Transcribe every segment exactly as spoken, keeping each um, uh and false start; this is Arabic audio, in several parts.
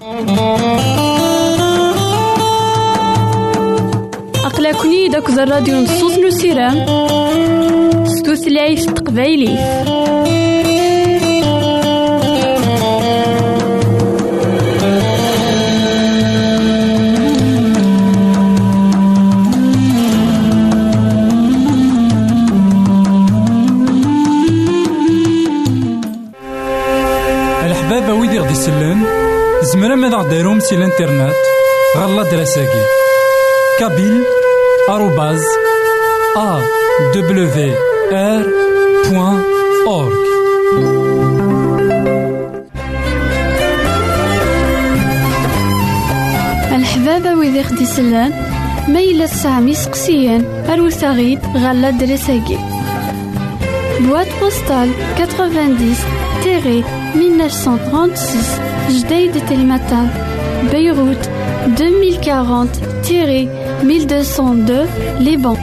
أقلكني داك الراديو نصوص نسيرام ستوثلايف تقبايلي. الحبابة ويدي غدي يسلن زمرا ماذا غديرهم سي الانترنت غالا دراساكي كابيل آروباز أ دبليو آر بوان أورك. الحبابة ويدي غدي يسلن ميلا سامي سقسيان أروساغيد غالا دراساكي boîte postale quatre-vingt-dix mille neuf cent trente-six Jdeï de Telmatan Beyrouth deux mille quarante mille deux cent deux Liban.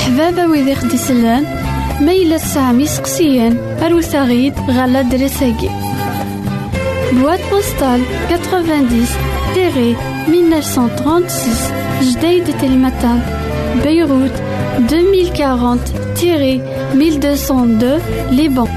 الحبابة ويدي خديسلان ميلا سامي سقسيان أروساغيد غالا دريساكي بواد بوستال تسعين مية وتسعمية وثلاثة وثلاثين جديد تلمتان بيروت ألفين وأربعين ألف ومئتين واثنين لبنان.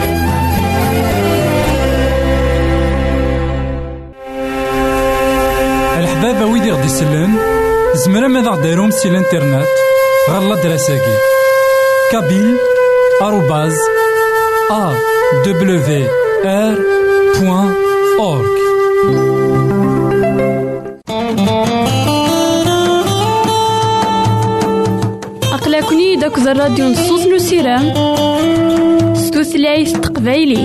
الحبابة ويدي غدي سلان زمرا ماذا غديرهم سي الانترنت غالا دراساكي كابيل آروباز أ دبليو آر بوان أورك. أقلكني داك الراديو نصوص نسيرام ستوثلايف تقبايلي.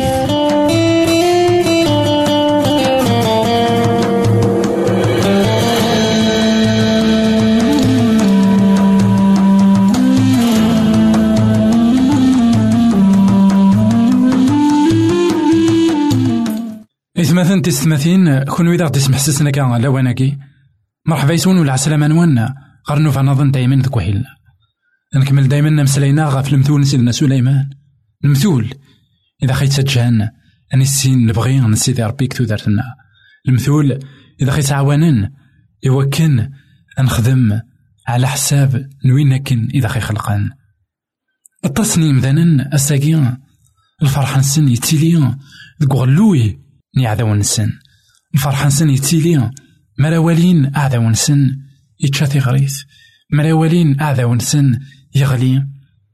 إثماثن تستماثين كون ويدا غدي يسمح سسنا كاع لواناكي مرحبا يسون ولا عسلامة نوانا غرنو فنظن دايما ذك وحيلنا نكمل دايما مسلينا غا في المثول سيدنا سليمان المثول إذا خيت سجهن أني السين نبغي نسيدي ربي كتو دارتنا المثول إذا خيت عوانن يوكن نخدم على حساب نوين كن إذا خي خلقان التصنيم ذنن الساقين الفرحان سن يتيليون ذك غلوي نعذاو نسن الفرحان سن يتيليون مراولين أعذاو نسن يتشاتي غريث مراولين أعذاو نسن يغلي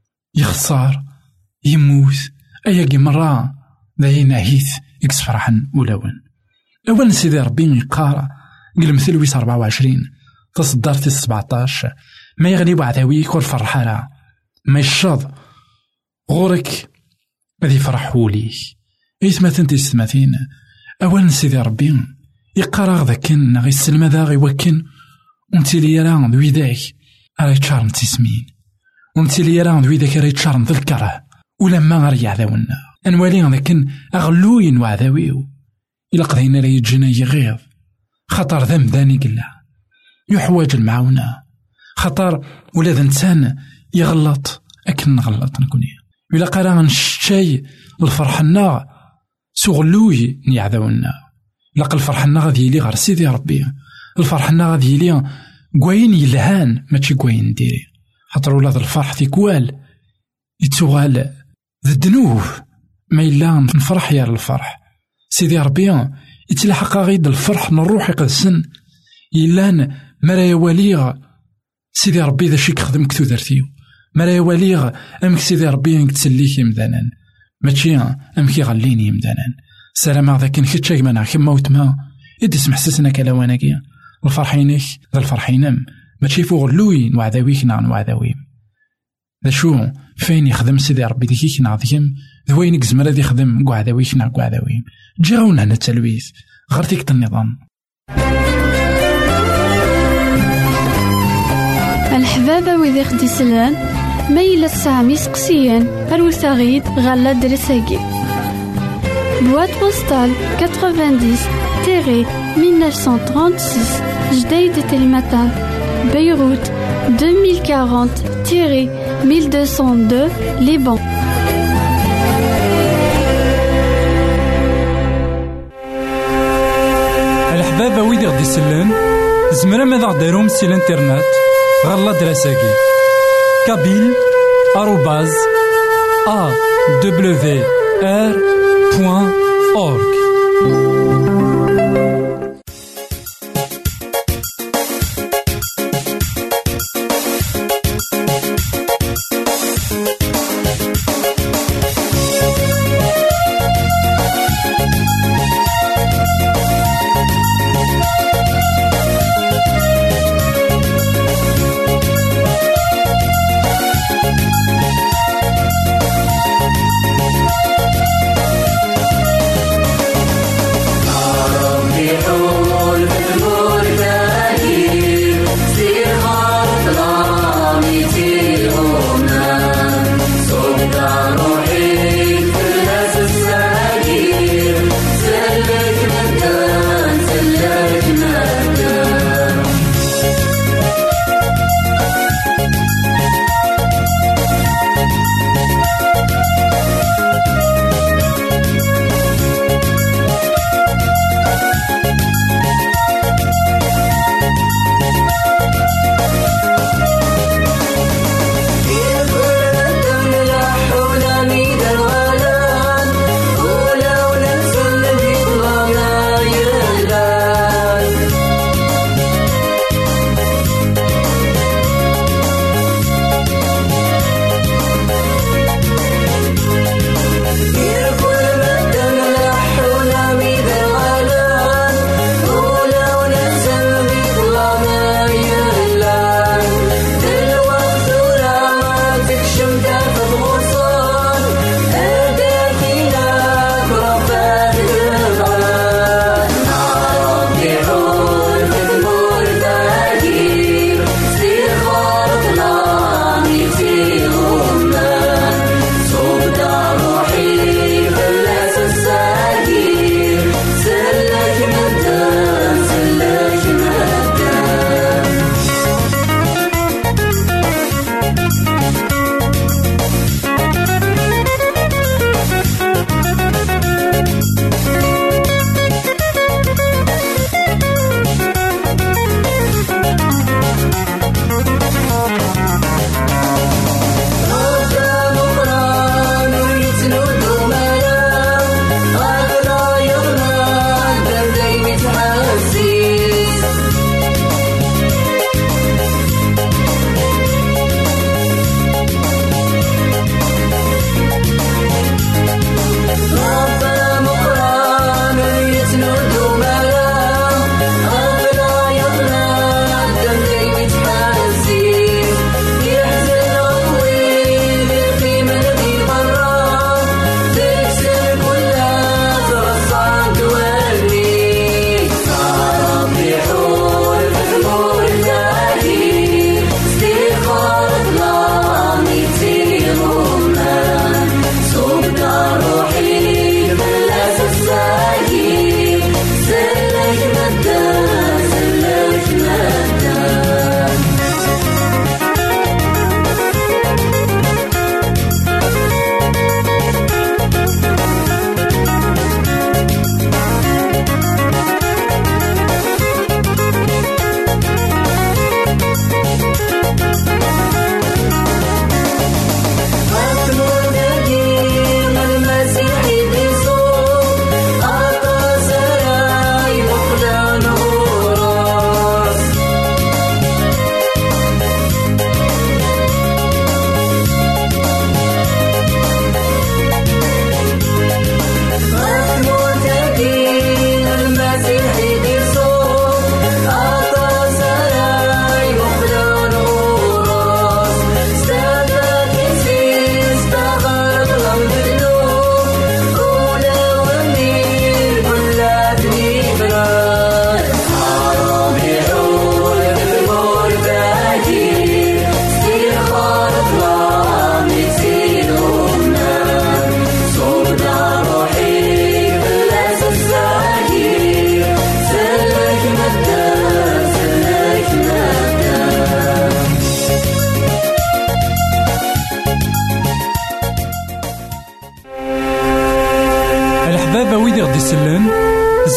يخسر يموت أياقي مرة ذاين نعيث يكس فرحا ولون أولا سيدي ربي يقارا قل مثل ويس أربعة وعشرين تصدرتي سبعتاش ما يغلي وعذاويك والفرحانة ما يشاض غورك غادي يفرحوا ليك إيث ما تنتي ستماثين أولا سيدي ربي يقارا غذاكن غي السلمة ذا غي وكن ونتي لي راه ذويداك راهي تشارم تسمين ونتي لي راه ذويداك راهي تشارم ذا الكره ولما غير يعذاونا أنوالي غذاكن أغلوين وعذاويو إلا قضينا راه يجينا يغيظ خطر ذنب ذاني قلا يحواج المعاونة خطر ولاد إنسان يغلط أكن نغلط نكوني إلا قرا نشتي الفرحنا سغلوي نيعذاونا لقى الفرحنا غادي يلي غير سيدي ربي الفرحنا غادي يلي كوين يلهان ماشي كوين ديري خاطر ولاد الفرح تيكوال يتوغال الذنوب ما إلا نفرح يا الفرح سيدي ربي يتلحق غيد الفرح نروح يقدسن إلان مرا واليغ سيدي ربي ذا شي كخدم كتو درتيو مرا واليغ أمك سيدي ربي انك تسليك يمدانا ماشي أمك يغليني يمدانا سلام ذاك نكتشاك مانا كما وتما إدي سمح سسنا كلاواناكي الفرحينك ذا الفرحينم ماشي فوق اللوين وعذاويك نعن وعذاويم ذا شو فين يخدم سيدي ربي ديكيك نعطيهم ذوينك زمرا دي يخدم وعذاويك نعن وعذاويم جي غاونا هنا التلويث غرتيك النظام. الحبابة ويدي خدي سلان ميلا سامي سقسيان أروساغيد غالا دريساكي بواد بوستال تسعين مية وتسعمية وثلاثة وثلاثين جديد تلمتان بيروت ألفين وأربعين ألف ومئتين واثنين لبنان. الحبابة ويدي غدي سلان زمرا ماذا غديرهم سي الانترنت غالا دراساكي كابيل آروباز أ دبليو آر بوان أورك.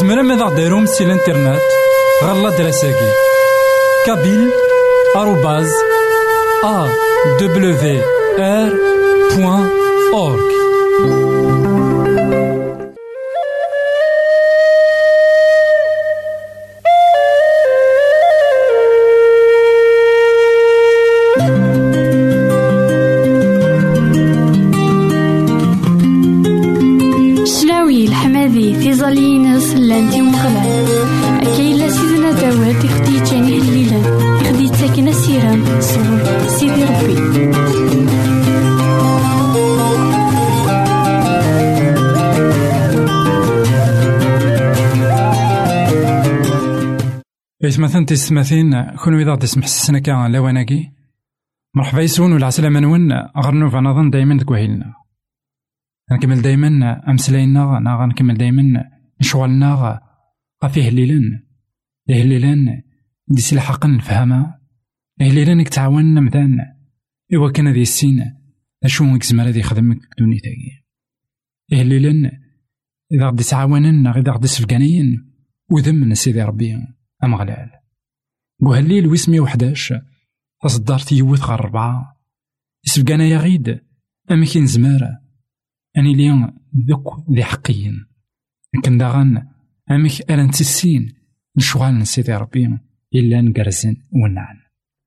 زمرا ماذا دايروم سي الانترنت غالا دراساكي كابيل آروباز أ دبليو آر بوان أورك. سلانتي ومغلال أكيلا سيدنا داوود يخدي جاني الليلة يخدي تاكنا سيران صور سيدي ربي. إيش مثلا تسمثين كون إذا تسمح السنة كان لواناكي مرحبا يسون ولا عسلامة نون غرنو فنظن دايما تكوهيلنا نكمل دايما أمسلاينا نا غنكمل دايما نشوالنا غفيه الليلان الليلان دي سلحقا نفهمها الليلان كتعاوننا مثلا إوا كان ذي السين أشو نكزمر هذي يخدمك دونيتاكي الليلان إذا غدي تعاوننا غير غدي سفقانيين وذم سيدي ربي أمغلال وهالليل ويسمي وحداش تصدر تيوث غير ربعة سفقانا يا غيد أمكين زمارة أني ليون ذوك ذي حقيين لكن داغن أمك ألان تسين نشوغال نسيدي ربي إلا نقرزن ونعن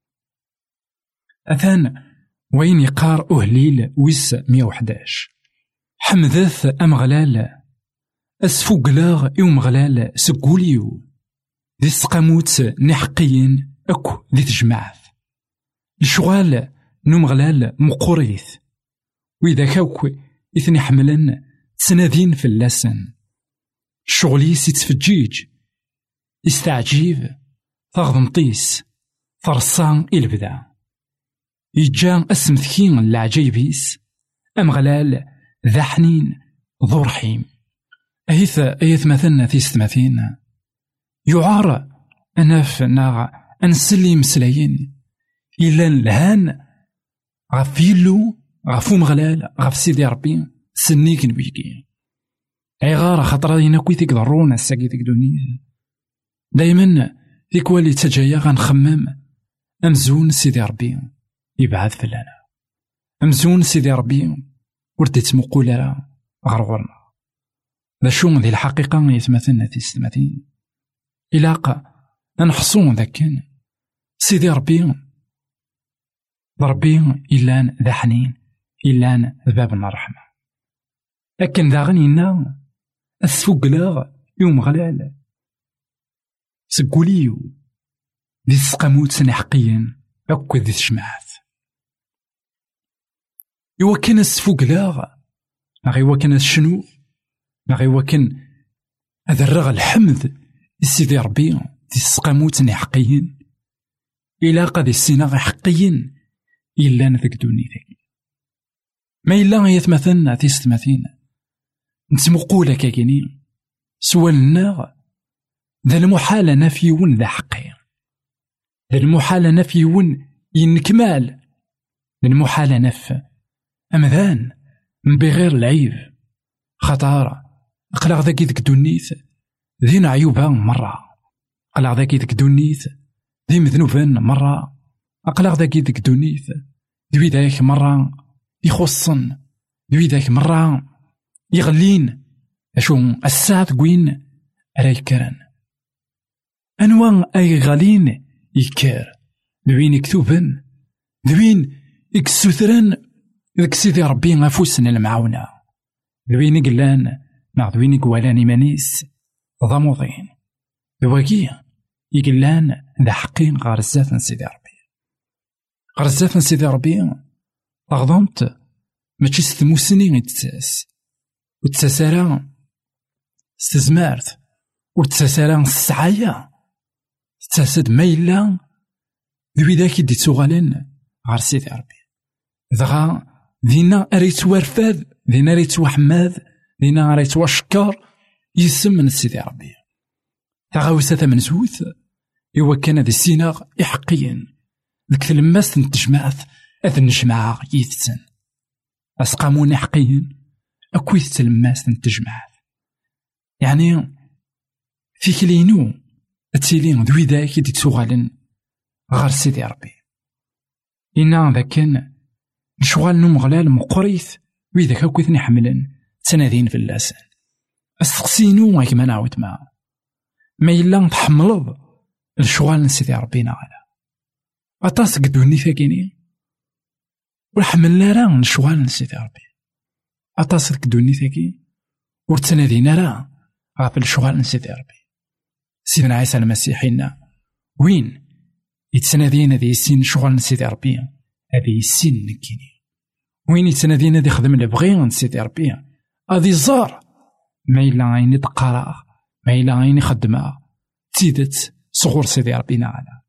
أثان وين يقار أهليل ويس مية وحداش حمدث أمغلال أسفوقلاغ إومغلال سقوليو ذي سقاموت نحقيين أكو ذي تجمعث الشغال نومغلال مقوريث وإذا كاوكو إثني حملن تسنادين في اللسن شغلي سيتفجيج يستعجيب تغضنطيس فرصان إلبدا يجان أسمثكين العجيبيس أمغلال ذا حنين ذو رحيم أيث أيث مثلنا تيستمثين يعار أناف ناغ أنسلي مسلايين إلا الهان غفيلو غفو مغلال غف سيدي ربي سنيك نبيكي أي غارة خطرينا كوي تقدرونا الساقي تقدوني دايما ذيك والي تجايا غنخمم أمزون سيدي ربي يبعث فلانا أمزون سيدي ربي وردت مقولة غرغرنا ذا شون ذي الحقيقة يتمثلنا تيستمثين إلاقا نحصون ذاكن سيدي ربي ربي إلان ذا حنين إلان ذابنا رحمة لكن ذا غنينا السوقلاغ يوم غلال سقوليو ذي السقاموت سنحقيا أكو ذي تشمعث يوكن السفوقلاغ نغي وكن الشنو نغي وكن أذرغ الحمد السيدي ربي ذي السقاموت نحقيا إلا قد السناغ حقيا إلا نذكدوني ذاك ما إلا يتمثلنا تيستمثين نتمقولة كاكيني سوالنا ذا المحالة نفيون ذا حقي ذا المحالة نفيون ينكمال ذا المحالة نف أمذان من بغير العيب خطارة أقلق ذاكي ذاك دونيث ذين عيوبها مرة أقلق ذاكي ذاك دونيث ذي مذنوبان مرة أقلق ذاكي ذاك دونيث ذوي ذاك مرة يخصن ذوي ذاك مرة يغلين أشو الساعة تقوين رايكرن أنواع أي غالين يكار ذوين يكتوبن ذوين يكسوثرن ذاك سيدي ربي غفوسنا المعاونة ذوين يقلان نا ذوين يقوالان إيمانيس ضموضين ذواكي يقلان ذا حقين غارزات سيدي ربي غارزات سيدي ربي تغضمت ماشي ستموسني غيتساس وتساسارا استزمارت وتساسارا السعايا تساسد مايلا ذوي ذاك يدي تسوغالين غار سيدي ربي ذغا ذينا أريت ورفاد ذينا أريت وحماد ذينا أريت وشكر يسم من سيدي ربي تغاوسة من زوث إوا كان ذي السيناغ إحقيا ذك تلماس تنتجمعث أذن نجمع يثسن أسقامون حقيا أكويث تلماس تنتجمعث يعني في كلينو تسيلين ذوي ذاك يتسوغالن غار سيدي ربي. إنا ذا كان الشغال نوم غلال مقريث ويذاك كويثني حملن تنادين في اللسان استقسينو غيك ما نعاود معاه ما إلا تحملض الشغال نسيدي ربينا على أطاس قدوني ثاكيني والحمل لا راه الشغال نسيدي ربي أطاس قدوني ثاكي ورتنادينا راه غافل الشغال نسيدي ربي. سيدنا عيسى المسيحينا وين يتسنادين هذه السين شغل نسيدي ربي هذه السين نكيني وين يتسنادين هذه خدم اللي بغي نسيدي ربي هذه الزار ما إلا عيني تقرا ما إلا عيني خدمة تزيدت صغور سيدي ربينا على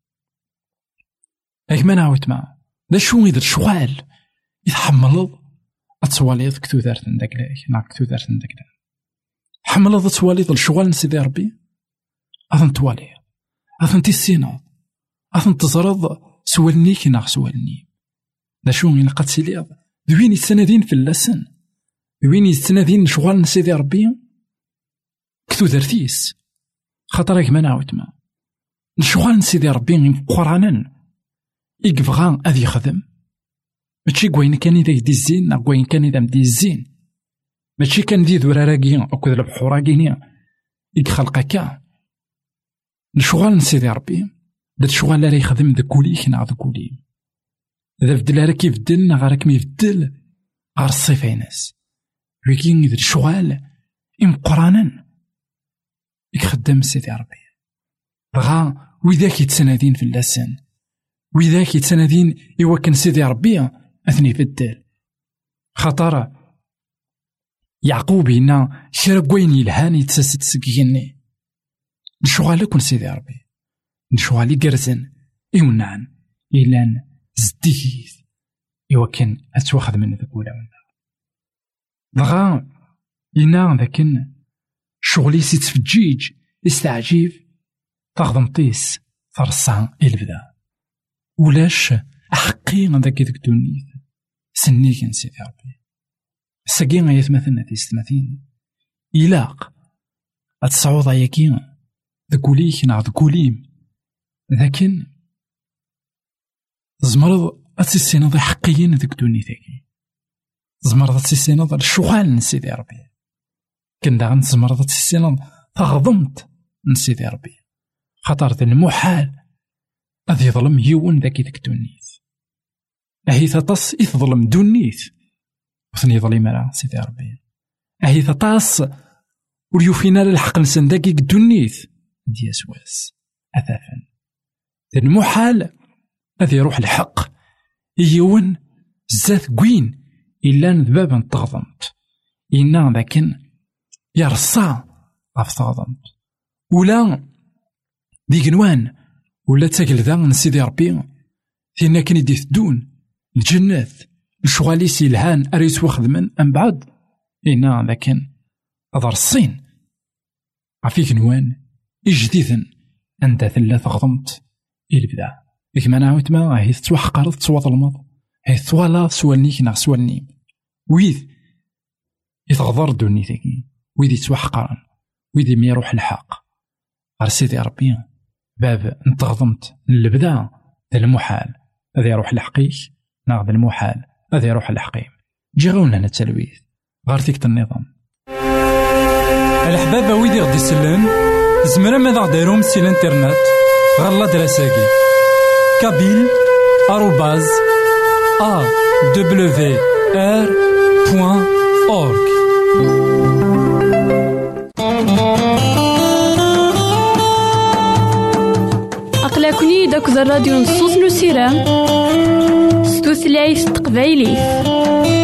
هيك ما نعاود معاه دا شو يدير شغال يتحملض أتواليض كتو دارت نداك لاك نا كتو دارت نداك لاك حملض أتواليض الشغال نسيدي ربي أظن توالي أظن تيسيناض أظن تزرض سوالني كنا سوالني دا شو إلا قد سيليض دوين يتسنادين في اللسن دوين يتسنادين شغال نسيدي ربي كتو دارتيس خاطرك ما نعاود ما الشغال نسيدي ربي قرانا يقفغان أذي يخدم ماشي قوين كان إذا يدي الزين نا قوين كان إذا مدي الزين ماشي كان ذي ذورا راقيا أو كذا بحوراقينيا يخلق كا الشغال نسيدي ربي دا الشغال لا يخدم ذا كوليك نا ذا كولي إذا بدل راك يبدل نا غارك ميبدل غار الصيفة ناس ويكين ذا الشغال إمقرانا يخدم سيدي ربي بغا وذاك يتسنادين في اللسان وذاك يتسنادين يوكن سيدي ربي أثني في الدال خطر يعقوب هنا شرب وين يلهان يتسست سكيني الشغال كون سيدي ربي الشغال يقرزن يمنعن إلان زديث يوكن أتواخذ من ذاك ولا ولا بغا ينا ذاكن شغلي سيتفجيج يستعجيب تغضمطيس فرصان البدا ولاش أحقي غداك ديك الدنيا سنيك نسيدي ربي ساكين يتمثلنا تيستمثين إلاق أتصعود أياكين ذكوليك نا ذكوليم لكن زمرض أتسيناض حقيين ديك الدنيا تاكي زمرض أتسيناض الشغال نسيدي ربي كن داغن زمرض أتسيناض تغضمت نسيدي ربي خطر ذا المحال أذ يظلم يون ذاك ديك الدنيا أهي تطس يظلم دنيت وثني يظلم على سيدي ربي أهي تطاس وليوفينا للحق نسن ذاك الدنيت دي أسواس أثافا ذا المحال أذ يروح الحق يون زات قوين إلا نذبابا تغضمت إنا ذاكن يرصى غف تغضمت ولا ديك نوان ولا تاكل ذا نسيدي ربي فينا كان يدي الدون الجنات الشغالي سيلهان أريس وخدمن أم بعد إنا لكن أضر الصين عفيك نوان إجديدا أنت ثلاث غضمت إلبدا إيك ما نعاود ما هي تتوحقر تتوض المض هي ثوالا سوالنيك نا سوالني ويذ يتغضر دوني ثاكي ويذ يتوحقرن ويذ ما يروح الحق غير سيدي ربي باب انتغضمت البدا ذا المحال هذا يروح الحقيق ناخذ المحال هذا يروح الحقيق جي غاونا هنا التلويث غير تيك النظام الحبابة ويدي غدي يسلم زمرا ماذا غديرهم سي الانترنت غالا دراساكي كابيل آروباز أ دبليو آر بوان أورك. أقلكني داك الراديو نصوص نسيران ستوثلايف تقبايلي.